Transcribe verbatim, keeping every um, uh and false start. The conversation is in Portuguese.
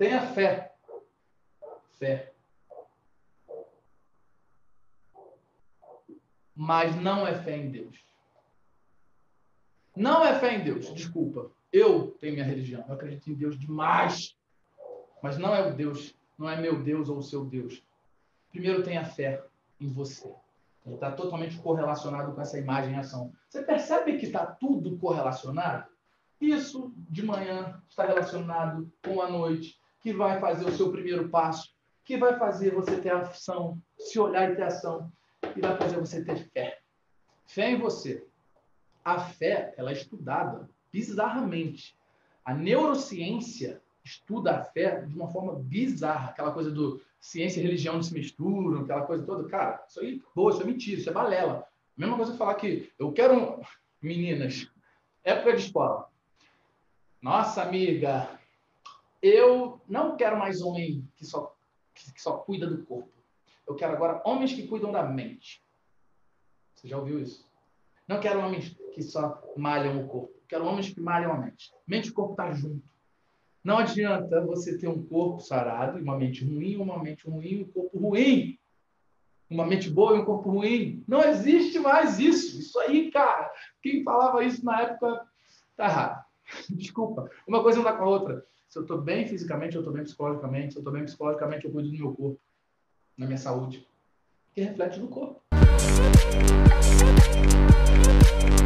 Tenha fé. Fé. Mas não é fé em Deus. Não é fé em Deus, desculpa. Eu tenho minha religião, eu acredito em Deus demais. Mas não é o Deus, não é meu Deus ou o seu Deus. Primeiro tenha fé em você. Ele está totalmente correlacionado com essa imagem e ação. Você percebe que está tudo correlacionado? Isso de manhã está relacionado com a noite, que vai fazer o seu primeiro passo, que vai fazer você ter ação, se olhar e ter ação, e vai fazer você ter fé. Fé em você. A fé, ela é estudada bizarramente. A neurociência estuda a fé de uma forma bizarra. Aquela coisa do ciência e religião não se misturam, aquela coisa toda. Cara, isso aí, pô, isso é mentira, isso é balela. Mesma coisa que falar que eu quero... Um... Meninas, época de escola. Nossa, amiga, eu não quero mais homem que só, que, que só cuida do corpo. Eu quero agora homens que cuidam da mente. Você já ouviu isso? Não quero homens que só malham o corpo. Quero homens que malham a mente. Mente e corpo tá junto. Não adianta você ter um corpo sarado e uma mente ruim, uma mente ruim e um corpo ruim. Uma mente boa e um corpo ruim. Não existe mais isso. Isso aí, cara. Quem falava isso na época tá errado. Desculpa. Uma coisa não dá com a outra. Se eu tô bem fisicamente, eu tô bem psicologicamente. Se eu tô bem psicologicamente, eu cuido do meu corpo. Na minha saúde. Que reflete no corpo.